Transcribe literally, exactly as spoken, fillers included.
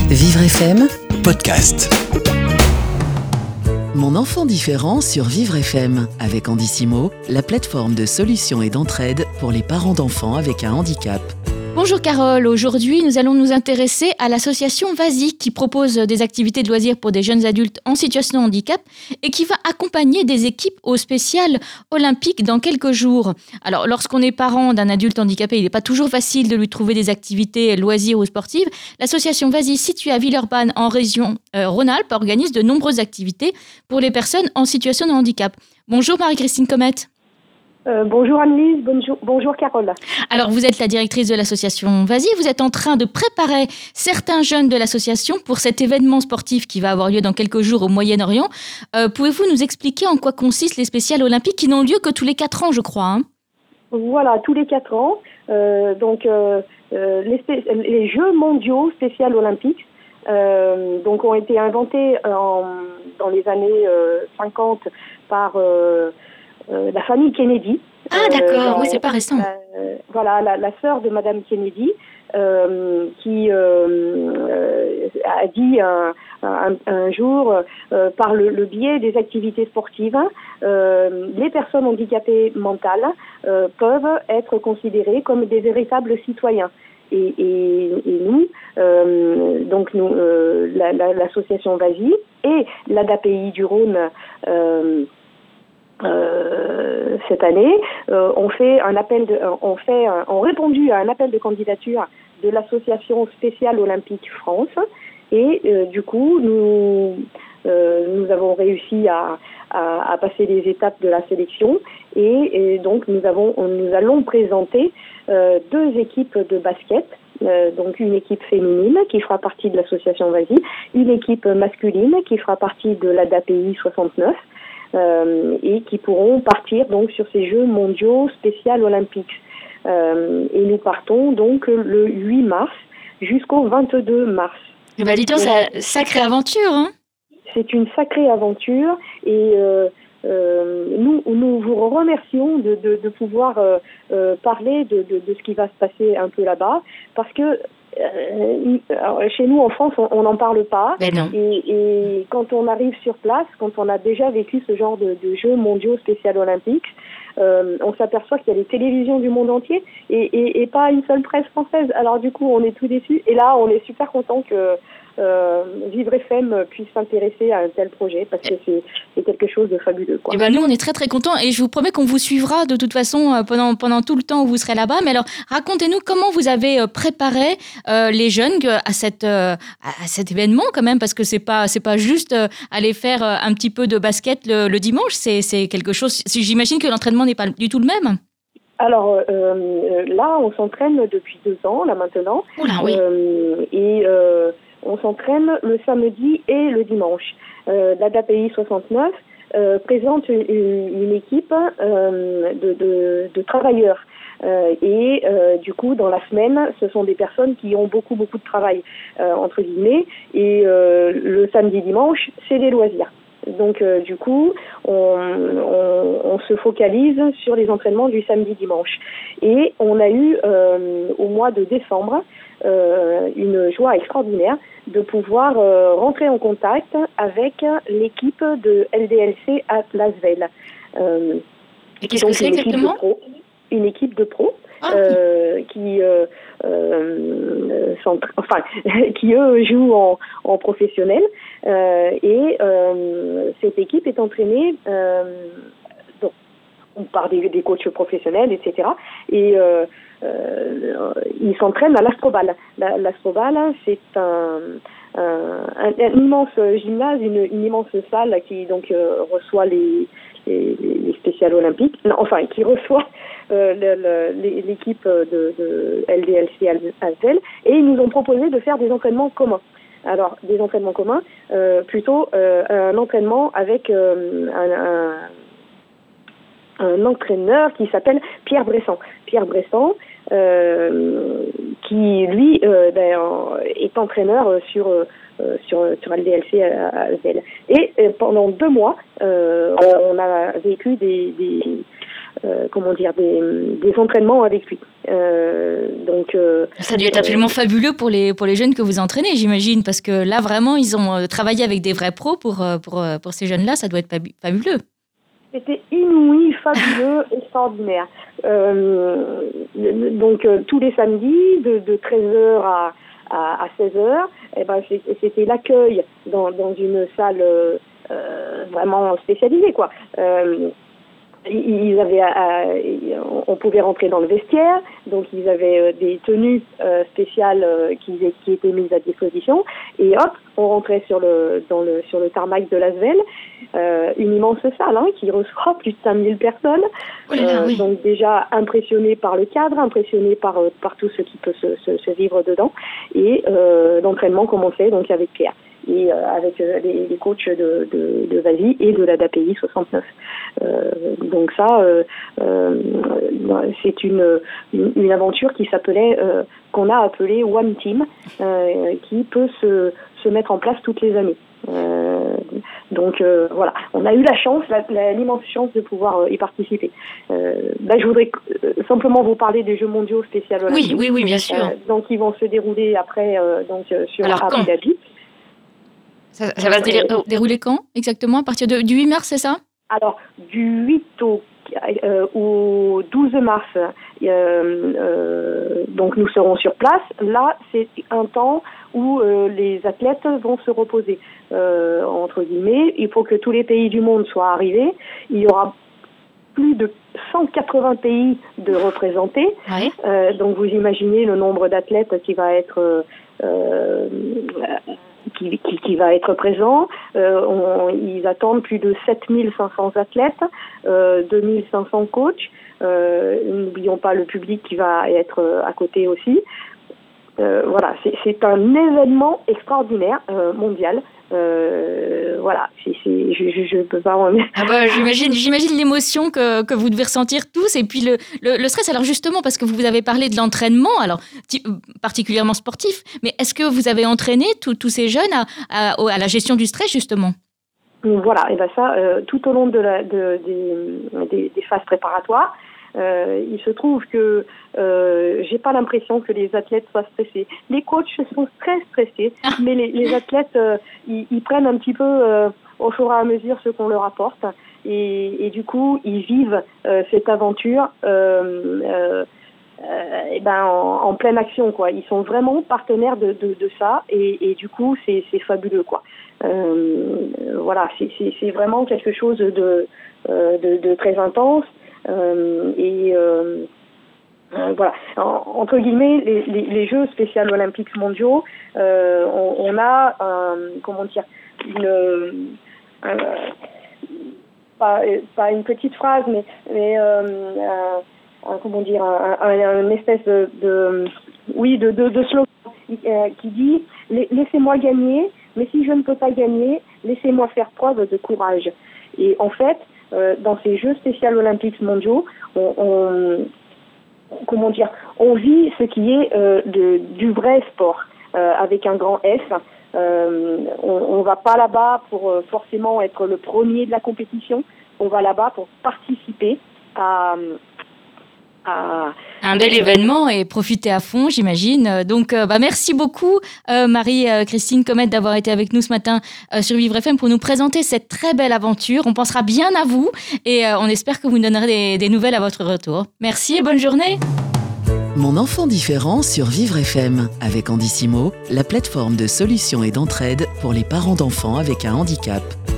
Vivre F M Podcast. Mon enfant différent sur Vivre F M avec Andissimo, la plateforme de solutions et d'entraide pour les parents d'enfants avec un handicap. Bonjour Carole, aujourd'hui nous allons nous intéresser à l'association Vas-y qui propose des activités de loisirs pour des jeunes adultes en situation de handicap et qui va accompagner des équipes au spécial olympique dans quelques jours. Alors lorsqu'on est parent d'un adulte handicapé, il n'est pas toujours facile de lui trouver des activités loisirs ou sportives. L'association Vas-y, située à Villeurbanne en région euh, Rhône-Alpes, organise de nombreuses activités pour les personnes en situation de handicap. Bonjour Marie-Christine Comette. Euh, bonjour Anne-Lise, bonjour, bonjour Carole. Alors vous êtes la directrice de l'association Vas-y, vous êtes en train de préparer certains jeunes de l'association pour cet événement sportif qui va avoir lieu dans quelques jours au Moyen-Orient. Euh, pouvez-vous nous expliquer en quoi consistent les spéciales olympiques qui n'ont lieu que tous les quatre ans, je crois hein Voilà, tous les quatre ans, euh, donc euh, euh, les, spé- les Jeux mondiaux spéciales olympiques euh, donc ont été inventés en, dans les années euh, cinquante par... Euh, Euh, la famille Kennedy. Ah d'accord, euh, oui, c'est pas récent. Euh, voilà, la, la sœur de Madame Kennedy, euh, qui euh, euh, a dit un, un, un jour, euh, par le, le biais des activités sportives, euh, les personnes handicapées mentales euh, peuvent être considérées comme des véritables citoyens. Et, et, et nous, euh, donc nous, euh, la, la, l'association Vas-y et l'A D A P I du Rhône, euh, Euh, cette année, euh, on fait un appel, de, on fait, un, on répondu à un appel de candidature de l'association spéciale olympique France, et euh, du coup nous euh, nous avons réussi à, à, à passer les étapes de la sélection, et, et donc nous avons nous allons présenter euh, deux équipes de basket. Euh, donc une équipe féminine qui fera partie de l'association Vas-y, une équipe masculine qui fera partie de l'A D A P I soixante-neuf. Euh, et qui pourront partir donc sur ces Jeux mondiaux spécial olympiques. Euh, et nous partons donc le huit mars jusqu'au vingt-deux mars. Eh ben, dis donc, c'est une sacrée aventure, hein. C'est une sacrée aventure, et euh, euh, nous, nous vous remercions de, de, de pouvoir euh, euh, parler de, de, de ce qui va se passer un peu là-bas, parce que Euh, chez nous en France on n'en parle pas, et, et quand on arrive sur place, quand on a déjà vécu ce genre de, de jeux mondiaux spécial olympiques, euh, on s'aperçoit qu'il y a les télévisions du monde entier et, et, et pas une seule presse française. Alors du coup on est tout déçus, et là on est super content que euh, Vivre F M puisse s'intéresser à un tel projet, parce que c'est, c'est quelque chose de fabuleux, quoi. Et ben nous on est très très contents, et je vous promets qu'on vous suivra de toute façon pendant, pendant tout le temps où vous serez là-bas. Mais alors racontez-nous comment vous avez préparé euh, les jeunes à, cette, euh, à cet événement quand même, parce que c'est pas, c'est pas juste aller faire un petit peu de basket le, le dimanche, c'est, c'est quelque chose, j'imagine que l'entraînement n'est pas du tout le même. Alors euh, là on s'entraîne depuis deux ans là maintenant. Oula, oui. euh, et euh, on s'entraîne le samedi et le dimanche. Euh, l'A D A P I soixante-neuf euh, présente une, une équipe euh, de, de, de travailleurs. Euh, et euh, du coup, dans la semaine, ce sont des personnes qui ont beaucoup, beaucoup de travail, euh, entre guillemets. Et euh, le samedi-dimanche, c'est des loisirs. Donc, euh, du coup, on, on, on se focalise sur les entraînements du samedi-dimanche. Et on a eu, euh, au mois de décembre, euh, une joie extraordinaire de pouvoir euh, rentrer en contact avec l'équipe de L D L C à Lasvel. Euh, Et qu'est-ce que c'est exactement ? Une équipe de pros. Ah. Euh, qui euh, euh, sont, enfin qui eux jouent en, en professionnel, euh, et euh, cette équipe est entraînée euh, donc, par des, des coachs professionnels, et cetera. Et euh, euh, ils s'entraînent à l'Astrobal. La, L'Astrobal, c'est un Un, un, un immense gymnase, une, une immense salle qui donc euh, reçoit les, les, les spéciales olympiques, non, enfin qui reçoit euh, le, le, l'équipe de, de L D L C Asvel, et ils nous ont proposé de faire des entraînements communs. Alors des entraînements communs, euh, plutôt euh, un entraînement avec euh, un, un, un entraîneur qui s'appelle Pierre Bressan. Pierre Bressan, Euh, qui lui euh, ben, est entraîneur sur euh, sur sur L D L C à Asvel. Et euh, pendant deux mois, euh, on a vécu des, des euh, comment dire, des, des entraînements avec lui. Euh, donc, euh, ça a dû être absolument euh, fabuleux pour les, pour les jeunes que vous entraînez, j'imagine, parce que là, vraiment, ils ont travaillé avec des vrais pros pour, pour, pour ces jeunes-là, ça doit être fabuleux. C'était inouï, fabuleux, extraordinaire. Euh, donc, euh, tous les samedis, de, de treize heures à, à, à seize heures, eh ben, c'était l'accueil dans, dans une salle euh, vraiment spécialisée, quoi. Euh, Ils avaient, euh, on pouvait rentrer dans le vestiaire, donc ils avaient des tenues euh, spéciales euh, qui, qui étaient mises à disposition, et hop, on rentrait sur le dans le sur le tarmac de l'Asvel, euh, une immense salle hein, qui reçoit plus de cinq mille personnes, oh là là, euh, oui. donc déjà impressionnés par le cadre, impressionnés par par tout ce qui peut se, se, se vivre dedans, et euh, l'entraînement commençait donc avec Pierre. Et euh, avec euh, les, les coachs de, de, de Vasy et de la D A P I soixante-neuf. Euh, donc ça, euh, euh, c'est une, une, une aventure qui s'appelait, euh, qu'on a appelée One Team, euh, qui peut se, se mettre en place toutes les années. Euh, donc euh, voilà, on a eu la chance, la, la, l'immense chance de pouvoir euh, y participer. Euh, bah, je voudrais euh, simplement vous parler des Jeux mondiaux spéciaux olympiques. Oui, oui, oui, bien sûr. Euh, donc ils vont se dérouler après euh, donc euh, sur Alors, Abu Dhabi. Ça, ça va se dé- dérouler quand exactement? À partir de, du huit mars, c'est ça? Alors, du huit au, euh, au douze mars, euh, euh, donc nous serons sur place. Là, c'est un temps où euh, les athlètes vont se reposer, euh, entre guillemets. Il faut que tous les pays du monde soient arrivés. Il y aura plus de cent quatre-vingts pays de représentés. Ouais. Euh, donc, vous imaginez le nombre d'athlètes qui va être... Euh, euh, Qui, qui, qui va être présent. Euh, on, ils attendent plus de sept mille cinq cents athlètes, euh, deux mille cinq cents coachs. Euh, n'oublions pas le public qui va être à côté aussi. Euh, voilà, c'est, c'est un événement extraordinaire, euh, mondial. Euh, voilà, c'est, c'est, je, je, je peux pas en... Ah bah, j'imagine, j'imagine l'émotion que, que vous devez ressentir tous et puis le, le, le stress. Alors justement, parce que vous avez parlé de l'entraînement, alors t- particulièrement sportif, mais est-ce que vous avez entraîné tous, tous ces jeunes à, à, à la gestion du stress justement? Voilà, et ben ça, euh, tout au long de la, de, des, des, des phases préparatoires, Euh, il se trouve que euh, j'ai pas l'impression que les athlètes soient stressés. Les coachs sont très stressés, ah. mais les, les athlètes, euh, ils, ils prennent un petit peu euh, au fur et à mesure ce qu'on leur apporte, et, et du coup, ils vivent euh, cette aventure euh, euh, euh, et ben en, en pleine action, quoi. Ils sont vraiment partenaires de, de, de ça, et, et du coup, c'est, c'est fabuleux, quoi. Euh, voilà, c'est, c'est, c'est vraiment quelque chose de, euh, de, de très intense. Euh, et euh, euh, voilà, en, entre guillemets, les, les, les Jeux spéciaux olympiques mondiaux, euh, on, on a, euh, comment dire, une, euh, pas, pas une petite phrase, mais, mais euh, un, un, comment dire, un, un, une espèce de, de oui, de, de, de slogan euh, qui dit « Laissez-moi gagner, mais si je ne peux pas gagner, laissez-moi faire preuve de courage ». Et en fait, Euh, dans ces Jeux spéciaux olympiques mondiaux, on, on, comment dire, on vit ce qui est euh, de, du vrai sport, euh, avec un grand F. Euh, on ne va pas là-bas pour euh, forcément être le premier de la compétition, on va là-bas pour participer à... à un bel événement et profiter à fond, j'imagine. Donc, euh, bah, merci beaucoup, euh, Marie-Christine Commette, d'avoir été avec nous ce matin euh, sur Vivre F M pour nous présenter cette très belle aventure. On pensera bien à vous et euh, on espère que vous nous donnerez des, des nouvelles à votre retour. Merci et bonne journée. Mon enfant différent sur Vivre F M avec Andissimo, la plateforme de solutions et d'entraide pour les parents d'enfants avec un handicap.